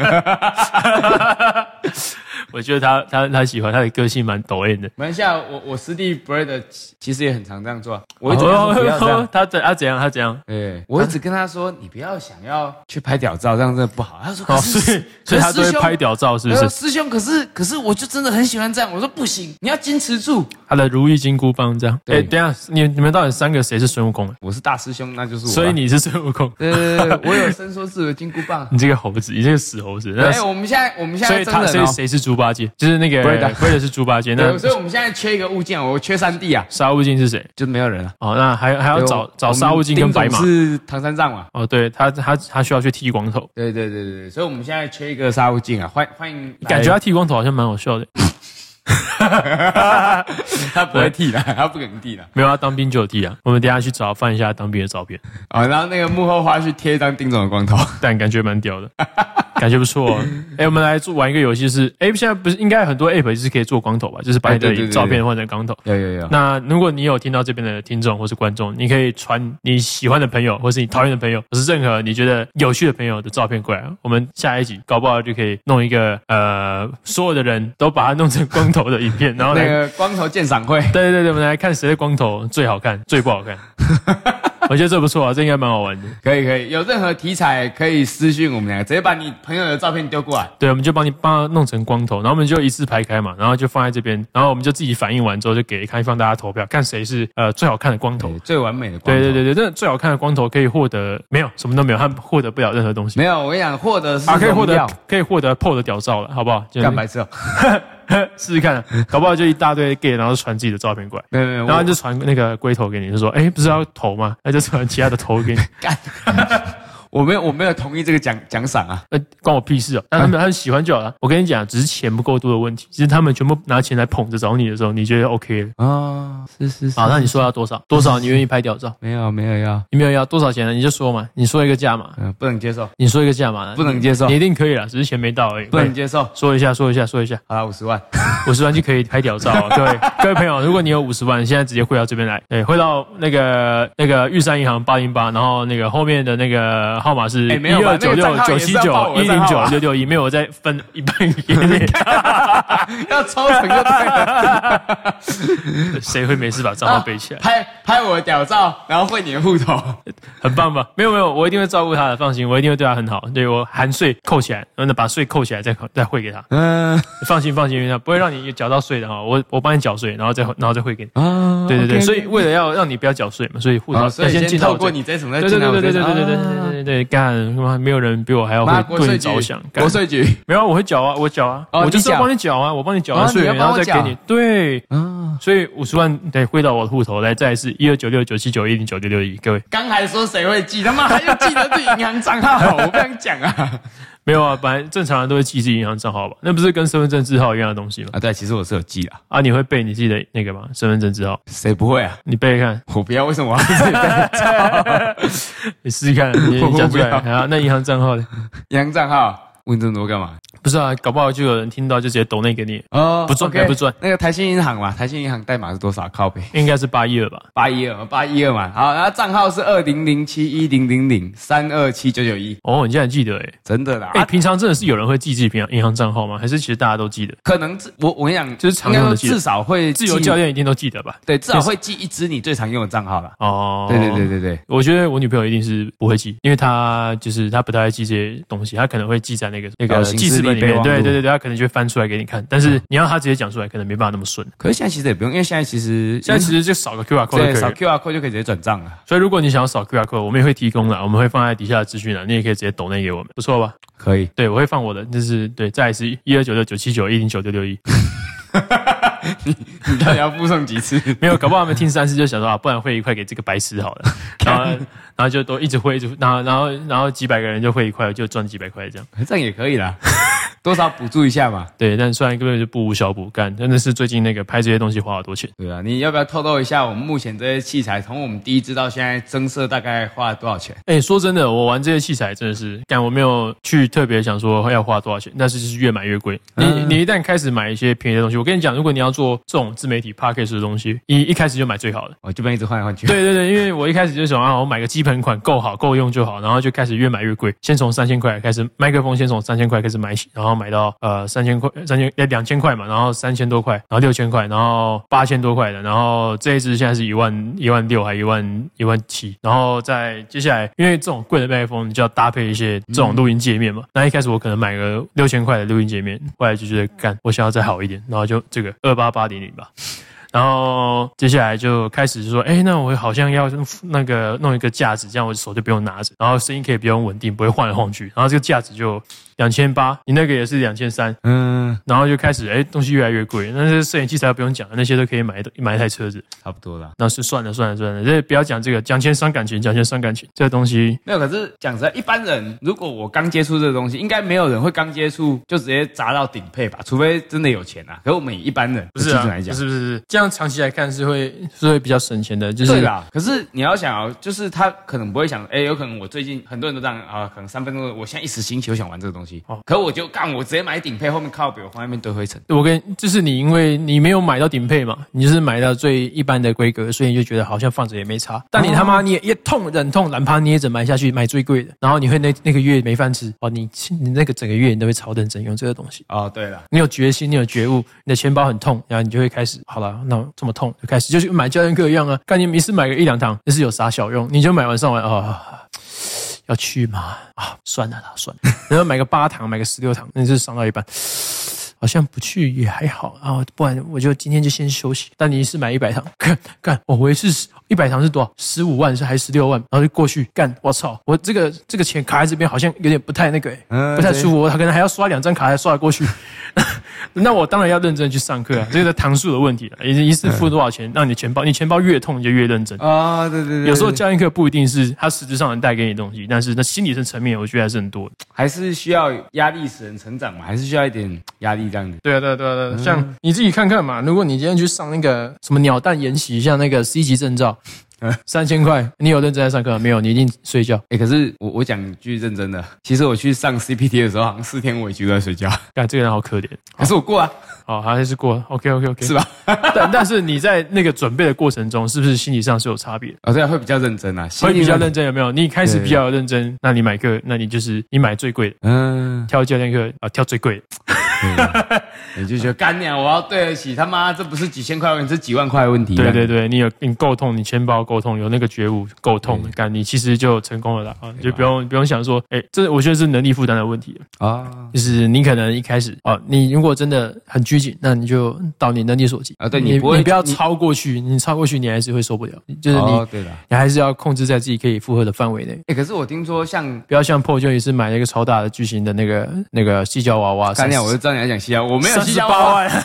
Speaker 1: 我觉得他喜欢，他的个性蛮抖 M 的。
Speaker 2: 没关系啊，我师弟 Brad 其实也很常这样做。我一直跟他说不要这样。
Speaker 1: 他怎样？
Speaker 2: 我一直跟他说，你不要想要去拍屌照，这样真的不好。他说，可是
Speaker 1: 所以他都会拍屌照，是不是？
Speaker 2: 师兄，可是我就真的很喜欢这样。我说不行，你要坚持住。
Speaker 1: 他的如意金箍棒这样。等一下，你们到底3个谁是孙悟空？
Speaker 2: 我是大师兄，那就是我。
Speaker 1: 所以你是孙悟空。
Speaker 2: 我有伸缩自如的金箍棒。
Speaker 1: 你这个猴子，你这个死猴子。
Speaker 2: 我们现在真的。
Speaker 1: 所以谁是猪八戒？就是那个 Brad 是猪八戒。那
Speaker 2: 所以我们现在缺一个物件，我缺3弟啊。
Speaker 1: 沙悟净是谁？
Speaker 2: 就没有人了。
Speaker 1: 那还要找沙悟净跟白马。
Speaker 2: 是唐三藏嘛？
Speaker 1: 对，他需要去剃光头。
Speaker 2: 对，所以我们现在缺一个沙悟净啊，欢迎。
Speaker 1: 感觉他剃光头好像蛮好笑的。
Speaker 2: 他不会剃啦，他不可能剃啦。
Speaker 1: 没有，他当兵就有剃啊。我们等一下去翻一下当兵的照片。
Speaker 2: 然后那个幕后花絮贴一张丁总的光头，
Speaker 1: 但感觉蛮屌的。感觉不错。我们来玩一个游戏是，现在不是应该很多 app 是可以做光头吧？就是把你的照片换成光头。
Speaker 2: 有。
Speaker 1: 那如果你有听到这边的听众或是观众，你可以传你喜欢的朋友，或是你讨厌的朋友，或是任何你觉得有趣的朋友的照片过来，我们下一集搞不好就可以弄一个所有的人都把它弄成光头的影片，然后
Speaker 2: 那个光头鉴赏会。
Speaker 1: 对，我们来看谁的光头最好看，最不好看。我觉得这不错啊，这应该蛮好玩的。
Speaker 2: 可以，有任何题材可以私讯我们两个，直接把你朋友的照片丢过来。
Speaker 1: 对，我们就帮他弄成光头，然后我们就一字排开嘛，然后就放在这边，然后我们就自己反映完之后就给开放大家投票，看谁是最好看的光头，
Speaker 2: 最完美的光头。
Speaker 1: 对，这最好看的光头可以获得没有什么都没有，他获得不了任何东西。
Speaker 2: 没有，我跟你讲，获得是
Speaker 1: 可以获得 PO 的屌照了，好不好？
Speaker 2: 干白痴哦。
Speaker 1: 试试看，搞不好就一大堆 gay， 然后传自己的照片过来，
Speaker 2: 没有，
Speaker 1: 然后就传那个龟头给你，就说，不是要头吗？那就传其他的头给你。
Speaker 2: 我没有同意这个奖赏啊，
Speaker 1: 关我屁事哦！但他们喜欢就好了。我跟你讲，只是钱不够多的问题。其实他们全部拿钱来捧着找你的时候，你觉得 OK 了
Speaker 2: 啊？是。
Speaker 1: 好，那你说要多少？多少你愿意拍屌照？
Speaker 2: 没有要。
Speaker 1: 你没有要多少钱呢？你就说嘛，你说一个价码。
Speaker 2: 不能接受。
Speaker 1: 你说一个价码，
Speaker 2: 不能接受。
Speaker 1: 你一定可以啦，只是钱没到而已。
Speaker 2: 不能接受。
Speaker 1: 说一下。
Speaker 2: 好啦，50万。
Speaker 1: 50万就可以拍屌照哦，各位朋友，如果你有50万，现在直接汇到这边来，汇到那个玉山银行808，然后那个后面的那个号码是1296979109661，没有我再分一半给你，
Speaker 2: 要抽成就对了。
Speaker 1: 谁会没事把账号背起来？
Speaker 2: 拍我的屌照，然后汇你的户头，
Speaker 1: 很棒吧？没有，我一定会照顾他的，放心，我一定会对他很好。对我含税扣起来，然后把税扣起来再汇给他。放心，不会让你缴到税的哈。我帮你缴税，然后再汇给你。对，所以为了要让你不要缴税嘛，所以户头要先进到
Speaker 2: 透过你这种再进到我这种。
Speaker 1: 对，干，没有人比我还要会对你着想。
Speaker 2: 国税局
Speaker 1: 没有，我缴啊，我就是要帮你缴啊，我帮你缴完税，然后再给你。对，所以50万得汇到我的户头来，再来是1296979109661，各位。
Speaker 2: 刚才说谁会记，他妈还要记得自己银行账号，我不想讲啊。
Speaker 1: 没有啊，本来正常人都会记自己银行账号吧？那不是跟身份证字号一样的东西吗？
Speaker 2: 对，其实我是有记啊。
Speaker 1: 你会背你自己的那个吗？身份证字号？
Speaker 2: 谁不会啊？
Speaker 1: 你背看。
Speaker 2: 我不要，为什么我要自己背？
Speaker 1: 你试试看，你讲出来。好，那银行账号呢？
Speaker 2: 银行账号问这么多干嘛？
Speaker 1: 不是啊，搞不好就有人听到就直接抖内给你不赚还不赚。
Speaker 2: 那个台新银行嘛，台新银行代码是多少？靠北
Speaker 1: 应该是812吧
Speaker 2: ，812嘛。好，然后账号是20071000327991。
Speaker 1: 你竟然记得
Speaker 2: 真的啦。
Speaker 1: 平常真的是有人会记自己银行账号吗？还是其实大家都记得？
Speaker 2: 可能我跟你讲，
Speaker 1: 就是常用的记得，
Speaker 2: 至少会
Speaker 1: 自由教练一定都记得吧？
Speaker 2: 对，至少会记一支你最常用的账号啦。对，
Speaker 1: 我觉得我女朋友一定是不会记，因为她不太爱记这些东西，她可能会记在那个记事本里面。对，他可能就会翻出来给你看，但是你要他直接讲出来，可能没办法那么顺。
Speaker 2: 可是现在其实也不用，因为现在其实
Speaker 1: 就扫个 QR code 就可以了，
Speaker 2: 扫 QR code 就可以直接转账了。
Speaker 1: 所以如果你想要扫 QR code，我们也会提供的，我们会放在底下的资讯栏，你也可以直接抖内给我们，不错吧？
Speaker 2: 可以，
Speaker 1: 对，我会放我的，就是对，再来是1296979109661。
Speaker 2: 你到底要附送几次？
Speaker 1: 没有，搞不好他们听3次就想说不然汇1块给这个白痴好了，然后就都一直汇，然后几百个人就汇1块，就赚几百块这样，
Speaker 2: 这样也可以啦。多少补助一下嘛？
Speaker 1: 对，但虽然根本就不无小补，干真的是最近那个拍这些东西花好多钱。
Speaker 2: 对啊，你要不要透露一下我们目前这些器材，从我们第一支到现在增设大概花了多少钱？
Speaker 1: 说真的，我玩这些器材真的是，我没有去特别想说要花多少钱，但是就是越买越贵。你一旦开始买一些便宜的东西，我跟你讲，如果你要做这种自媒体 podcast 的东西，你一开始就买最好的，
Speaker 2: 就不能一直换来换去。
Speaker 1: 对，因为我一开始就想我买个基本款够好够用就好，然后就开始越买越贵，先从3000块开始，麦克风先从3000块开始买起，然后买到2000块嘛，然后3000多块，然后6000块，然后8000多块的，然后这一支现在是16000还17000，然后再接下来，因为这种贵的麦克风，你就要搭配一些这种录音界面嘛。那一开始我可能买个6000块的录音界面，后来就觉得我想要再好一点，然后就这个28800吧。然后接下来就开始就说，那我好像要那个弄一个架子，这样我手就不用拿着，然后声音可以比较稳定，不会晃来晃去。然后这个架子就2800，你那个也是2300，然后就开始东西越来越贵。那些摄影器材不用讲，那些都可以买一台车子，
Speaker 2: 差不多啦。
Speaker 1: 那是算了，这不要讲这个，讲钱伤感情，这个东西
Speaker 2: 没有。可是讲实在，一般人如果我刚接触这个东西，应该没有人会刚接触就直接砸到顶配吧，除非真的有钱啊。可是我们以一般人
Speaker 1: 不是
Speaker 2: 来讲，
Speaker 1: 不是这样长期来看是会比较省钱的，就是
Speaker 2: 对啦。可是你要想就是他可能不会想，有可能我最近很多人都这样可能3分钟，我现在一时兴起，我想玩这个东西，可我就我直接买顶配，后面靠北我放那边堆灰尘。
Speaker 1: 就是你因为你没有买到顶配嘛，你就是买到最一般的规格，所以你就觉得好像放着也没差。但你他妈你也忍痛懒趴捏着买下去，买最贵的，然后你会那个月没饭吃你那个整个月你都会超认真用这个东西。
Speaker 2: 对了，
Speaker 1: 你有决心，你有觉悟，你的钱包很痛，然后你就会开始好了，那这么痛就开始就是买教练课一样啊，干你一次买个1-2堂，那是有啥小用？你就买完上完要去吗？算了，然后买个8堂，买个16堂，那就是伤到一半。好像不去也还好不然我就今天就先休息。但你是买100堂，我一次100堂是多少？15万还是16万？然后就过去我操！我这个钱卡在这边好像有点不太那个不太舒服，我可能还要刷2张卡才刷得过去。那我当然要认真去上课这个堂数的问题了。一次付多少钱，让你钱包越痛你就越认真
Speaker 2: 对。
Speaker 1: 有时候教练课不一定是他实质上能带给你的东西，但是那心理层面我觉得还是很多的，
Speaker 2: 还是需要压力使人成长嘛，还是需要一点压力这样子。
Speaker 1: 对啊，像你自己看看嘛，如果你今天去上那个什么鸟蛋研习，像那个 C 级证照。 3000块，你有认真在上课吗？没有，你一定睡觉。
Speaker 2: 可是我讲句认真的，其实我去上 CPT 的时候，好像4天我一直都在睡觉。
Speaker 1: 干，这个人好可怜。
Speaker 2: 可是我过啊。
Speaker 1: 好，还是过了。OK，
Speaker 2: 是吧？
Speaker 1: 但是你在那个准备的过程中，是不是心理上是有差别？
Speaker 2: 对啊，会比较认真啊，
Speaker 1: 会比较认真，有没有？你一开始比较认真，那你买课，那你就是你买最贵的，挑教练课啊，挑最贵的。
Speaker 2: 你就觉得干娘，我要对得起他妈，这不是几千块问题，是几万块的问题。
Speaker 1: 对，你够痛，你钱包够痛，有那个觉悟够痛，干你其实就成功了啦啊，就不用想说，这我觉得是能力负担的问题啊，就是你可能一开始你如果真的很拘谨，那你就到你能力所及啊，对你不要超过去，你超过去你还是会受不了，就是你还是要控制在自己可以负荷的范围内。
Speaker 2: 可是我听说不
Speaker 1: 要像 Paul 就也是买了一个超大的巨型的那个矽胶娃娃，
Speaker 2: 干娘，我就知道你在讲矽胶，我没有矽胶
Speaker 1: 娃娃。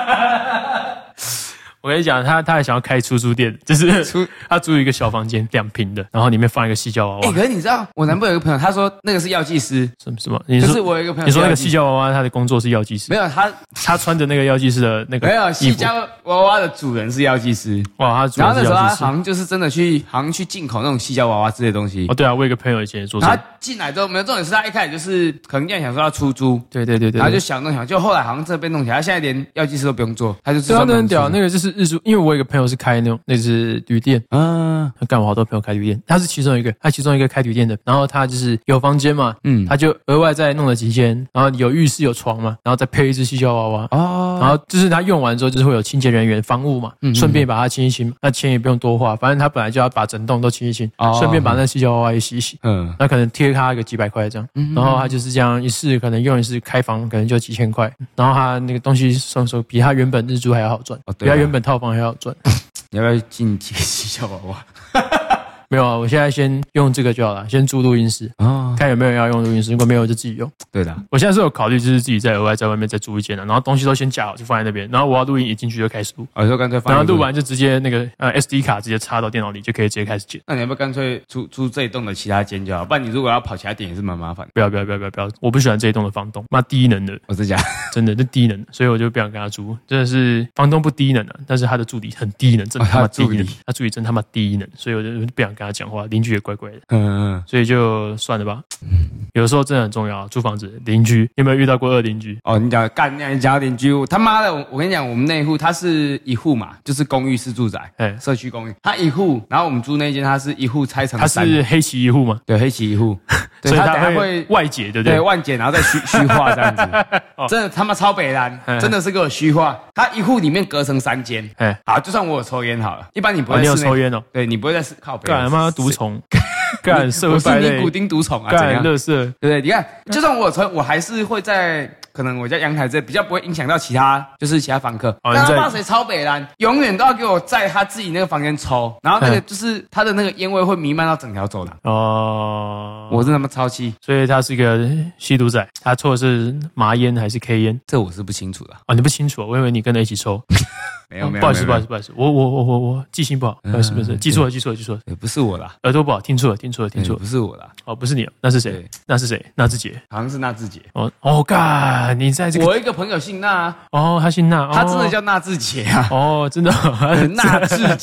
Speaker 1: 我跟你讲，他还想要开出租店，就是他租一个小房间2坪的，然后里面放一个矽胶娃娃。
Speaker 2: 可是你知道，我男朋友有一个朋友，他说那个是药剂师，
Speaker 1: 什么？
Speaker 2: 可是我有一个朋友，
Speaker 1: 你说那个矽胶娃娃，他的工作是药剂师？
Speaker 2: 没有，
Speaker 1: 他穿着那个药剂师的那个
Speaker 2: 没有矽胶娃娃的主人是药剂师。
Speaker 1: 哇，
Speaker 2: 然后那时候他好像就是真的去进口那种矽胶娃娃之类的东西。
Speaker 1: 对啊，我有一个朋友以前也做。
Speaker 2: 他进来之后，没有重点是他一开始就是可能想说要出租，
Speaker 1: 对，
Speaker 2: 然后就想弄，就后来好像真的被弄起来，他现在连药剂师都不用做，他就
Speaker 1: 真的很屌。那个就是日租，因为我有一个朋友是开那是旅店，干我好多朋友开旅店，他是其中一个开旅店的，然后他就是有房间嘛，他就额外再弄了几间，然后有浴室有床嘛，然后再配一只矽胶娃娃，然后就是他用完之后就是会有清洁人员房务嘛，顺便把它清一清，那钱也不用多花，反正他本来就要把整栋都清一清，顺便把那矽胶娃娃也洗一洗，那可能贴他一个几百块这样，然后他就是这样一次可能用一次开房可能就几千块，然后他那个东西双手比他原本日租还要好赚，比他原本套房还要好赚。
Speaker 2: 你要不要进阶矽胶娃娃？
Speaker 1: 没有啊，我现在先用这个就好了，先租录音室看有没有人要用录音室，如果没有就自己用。
Speaker 2: 对的，
Speaker 1: 我现在是有考虑，就是自己再额外在外面再租一间的，然后东西都先架好，就放在那边，然后我要录音一进去就开始录，
Speaker 2: 就干脆放，
Speaker 1: 然后录完就直接那个SD 卡直接插到电脑里，就可以直接开始剪。
Speaker 2: 那你要不要干脆租这一栋的其他间就好？不然你如果要跑其他店也是蛮麻烦。
Speaker 1: 不要，我不喜欢这一栋的房东，妈低能的。
Speaker 2: 我在讲，
Speaker 1: 真的是低能，所以我就不想跟他租。真的是房东不低能啊，但是他的助理很低能，真的他妈低能，他助理真他妈低能，所以我就不想跟他讲话，邻居也怪怪的，所以就算了吧。有的时候真的很重要，租房子邻居，有没有遇到过恶邻居？
Speaker 2: 你讲邻居，他妈的，我跟你讲，我们那一户他是一户嘛，就是公寓式住宅，社区公寓，他一户，然后我们租那间他是一户拆成3，他
Speaker 1: 是黑棋一户吗？
Speaker 2: 对，黑棋一户，
Speaker 1: 所以他会外解，对不对？
Speaker 2: 对，外解，然后再虚化这样子，真的他妈超北蓝，真的是给我虚化。他一户里面隔成3间，好，就算我有抽烟好了，一般你不会，
Speaker 1: 你有抽烟哦？
Speaker 2: 对，你不会在靠北，
Speaker 1: 干他妈毒虫。干社会败类，
Speaker 2: 尼古丁毒虫啊，
Speaker 1: 干垃圾，
Speaker 2: 对不对？你看，就算我有抽，我还是会在可能我家阳台这比较不会影响到其他房客。但他爸谁超北蓝，永远都要给我在他自己那个房间抽，然后那个就是他的那个烟味会弥漫到整条走廊。我是他妈超气，
Speaker 1: 所以他是一个吸毒仔，他抽的是麻烟还是 K 烟？
Speaker 2: 这我是不清楚的。
Speaker 1: 你不清楚，我以为你跟他一起抽。
Speaker 2: 没有，
Speaker 1: 不好意思，我记性不好，不是记错了，
Speaker 2: 不是我啦，
Speaker 1: 耳朵不好，听错了，
Speaker 2: 不是我啦，
Speaker 1: 不是你，那是谁？纳智捷，
Speaker 2: 好像是纳智捷。
Speaker 1: 干，你在这个，
Speaker 2: 我一个朋友姓纳，
Speaker 1: 他姓纳，
Speaker 2: 他真的叫纳智捷啊，
Speaker 1: 真的，
Speaker 2: 纳智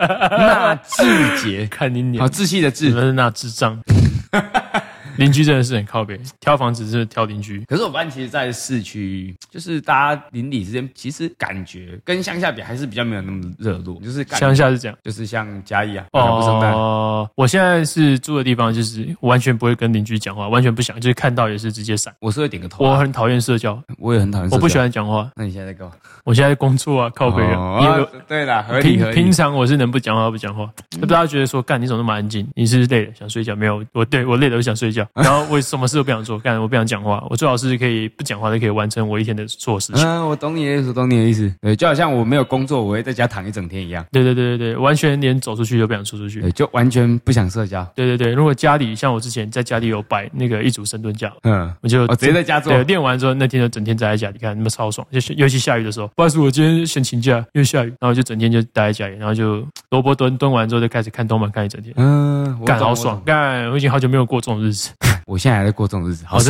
Speaker 2: 捷，
Speaker 1: 看你脸，
Speaker 2: 好志气的志，
Speaker 1: 是纳智障。邻居真的是很靠北，挑房子是挑邻居。
Speaker 2: 可是我发现，其实，在市区，就是大家邻里之间，其实感觉跟乡下比还是比较没有那么热络。就是
Speaker 1: 乡下是这样，
Speaker 2: 就是像嘉义啊，
Speaker 1: 我现在是住的地方，就是完全不会跟邻居讲话，完全不想，就是看到也是直接闪。
Speaker 2: 我是会点个头。
Speaker 1: 我很讨厌社交，
Speaker 2: 我也很讨厌社交，
Speaker 1: 我不喜欢讲话。
Speaker 2: 那你现在在干嘛？
Speaker 1: 我现在在工作啊，靠北啊。
Speaker 2: 对啦，合理。
Speaker 1: 平常我是能不讲话不讲话，大家觉得说，干你怎么那么安静？你是累了想睡觉？没有，我累了就想睡觉，然后我什么事都不想做，干我不想讲话，我最好是可以不讲话就可以完成我一天的所有事情。
Speaker 2: 我懂你的意思，对，就好像我没有工作，我会在家躺一整天一样。
Speaker 1: 对，完全连走出去都不想出去，
Speaker 2: 对，就完全不想社交。
Speaker 1: 对，如果家里像我之前在家里有摆那个一组深蹲架，我就
Speaker 2: 直接在家做。
Speaker 1: 对，练完之后那天就整天宅在家里看，那么超爽，尤其下雨的时候。不好意思，我今天先请假，因为下雨，然后就整天就待在家里，然后就萝卜蹲完之后就开始看动漫看一整天。干好爽，干我已经好久没有过这种日子。
Speaker 2: 我现在还在过这种日子，好
Speaker 1: 真的。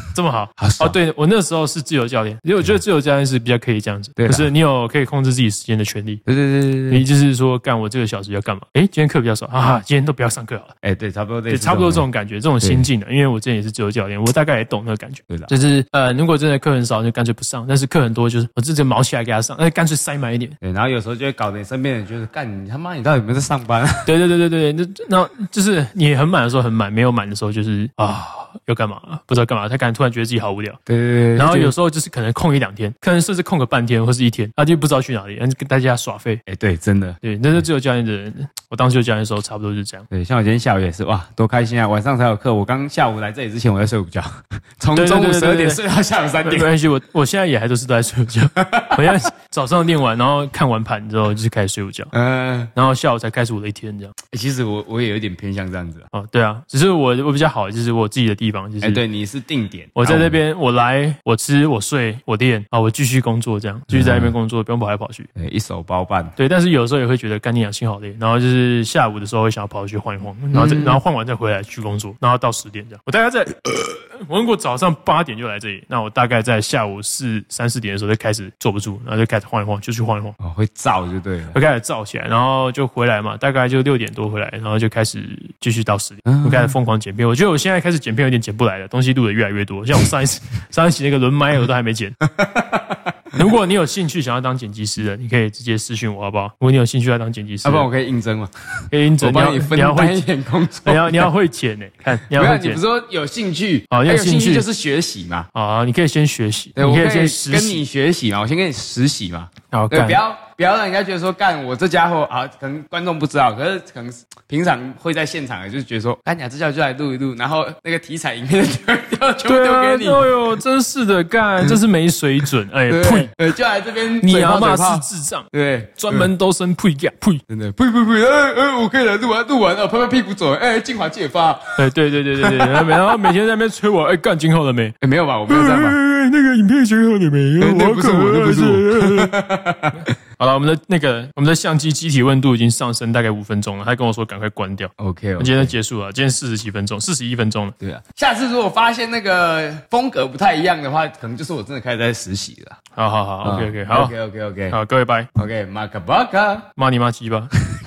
Speaker 1: 这么好。
Speaker 2: 好爽
Speaker 1: 哦，对，我那时候是自由教练，因为我觉得自由教练是比较可以这样子，
Speaker 2: 对啦
Speaker 1: 就是你有可以控制自己时间的权利。
Speaker 2: 对，
Speaker 1: 你就是说，干我这个小时要干嘛？今天课比较少啊，今天都不要上课好了。
Speaker 2: 对，差不多
Speaker 1: 对，差不多这种感觉，这种心境的，因为我之前也是自由教练，我大概也懂那个感觉。
Speaker 2: 对的，
Speaker 1: 就是如果真的课很少，就干脆不上；但是课很多，就是我自己毛起来给他上，干脆塞满一点。
Speaker 2: 对，然后有时候就会搞得你身边人觉得，干你他妈，你到底有没有在上班？
Speaker 1: 对，那就是你很满的时候很满，没有满的时候就是要干嘛？不知道干嘛，他感觉突然觉得自己好无聊。
Speaker 2: 对，
Speaker 1: 然后有时候就是可能空1-2天，可能甚至空个半天或是1天，他就不知道去哪里，跟大家耍废。
Speaker 2: 对，真的，
Speaker 1: 对，那是自由教练的人。我当自由教练的时候，差不多是这样。
Speaker 2: 对，像我今天下午也是，哇，多开心啊！晚上才有课，我刚下午来这里之前，我在睡午觉，从中午12点睡到下午3点。
Speaker 1: 没关系，我现在也还都是在睡午觉。我现在早上练完，然后看完盘之后，就是开始睡午觉。然后下午才开始我的一天这样。
Speaker 2: 其实我也有一点偏向这样子
Speaker 1: 哦，对啊，只是我比较好，就是我自己的地方，就是
Speaker 2: 对，你是定点，
Speaker 1: 我在这边，我来，我吃，我睡，我练啊，我继续工作，这样继续在那边工作，不用跑来跑去。
Speaker 2: 对，一手包办。
Speaker 1: 对，但是有时候也会觉得干你娘心好累，然后就是下午的时候会想要跑去晃一晃，然后晃完再回来去工作，然后到10点这样。我大概在我如果早上8点就来这里，那我大概在下午3、4点的时候就开始坐不住，然后就开始晃一晃，就去晃一晃。
Speaker 2: 会燥就对了，
Speaker 1: 会开始燥起来，然后就回来嘛，大概就6点多回来，然后就开始继续到10点，我开始疯狂剪片。我觉得我现在开始剪片有点剪不来了，东西录的越来越多。像我上一期那个轮麦我都还没剪。如果你有兴趣想要当剪辑师的，你可以直接私讯我好不好？如果你有兴趣要当剪辑师，
Speaker 2: 要不然我可以应征吗？
Speaker 1: 可以应征，
Speaker 2: 我帮你分担一点工作。
Speaker 1: 你要会剪看你要会剪。
Speaker 2: 你不是说有兴趣？
Speaker 1: 有兴趣
Speaker 2: 就是学习嘛。
Speaker 1: 你可以先学习，
Speaker 2: 对，
Speaker 1: 你可以
Speaker 2: 先
Speaker 1: 实习，
Speaker 2: 跟你学习嘛，我先跟你实习嘛。
Speaker 1: 对，
Speaker 2: 不要让人家觉得说干我这家伙啊，可能观众不知道，可是可能平常会在现场的，就是觉得说干你这家伙就来录一录，然后那个题材影片就丢给你。
Speaker 1: 哎呦，真是的，干，真是没水准，
Speaker 2: 呸！就来这边
Speaker 1: 你阿嬷是智障，
Speaker 2: 对，
Speaker 1: 专门都生呸呀呸，
Speaker 2: 真的呸！我可以来录完了，拍拍屁股走，精华记得发。
Speaker 1: 对，然后每天在那边催我，干剪好了没？
Speaker 2: 没有吧，我没有这样吧？
Speaker 1: 那个影片剪好了没？
Speaker 2: 那不是我。
Speaker 1: 好了，我们的相机机体温度已经上升大概5分钟了，他跟我说赶快关掉。
Speaker 2: OK，
Speaker 1: 今天就结束了，今天40分钟，41分钟了。
Speaker 2: 对啊，下次如果发现那个风格不太一样的话，可能就是我真的开始在实习了。
Speaker 1: 好，OK，好，
Speaker 2: 好，
Speaker 1: 各位拜
Speaker 2: OK，马卡巴卡，
Speaker 1: 骂你妈鸡吧。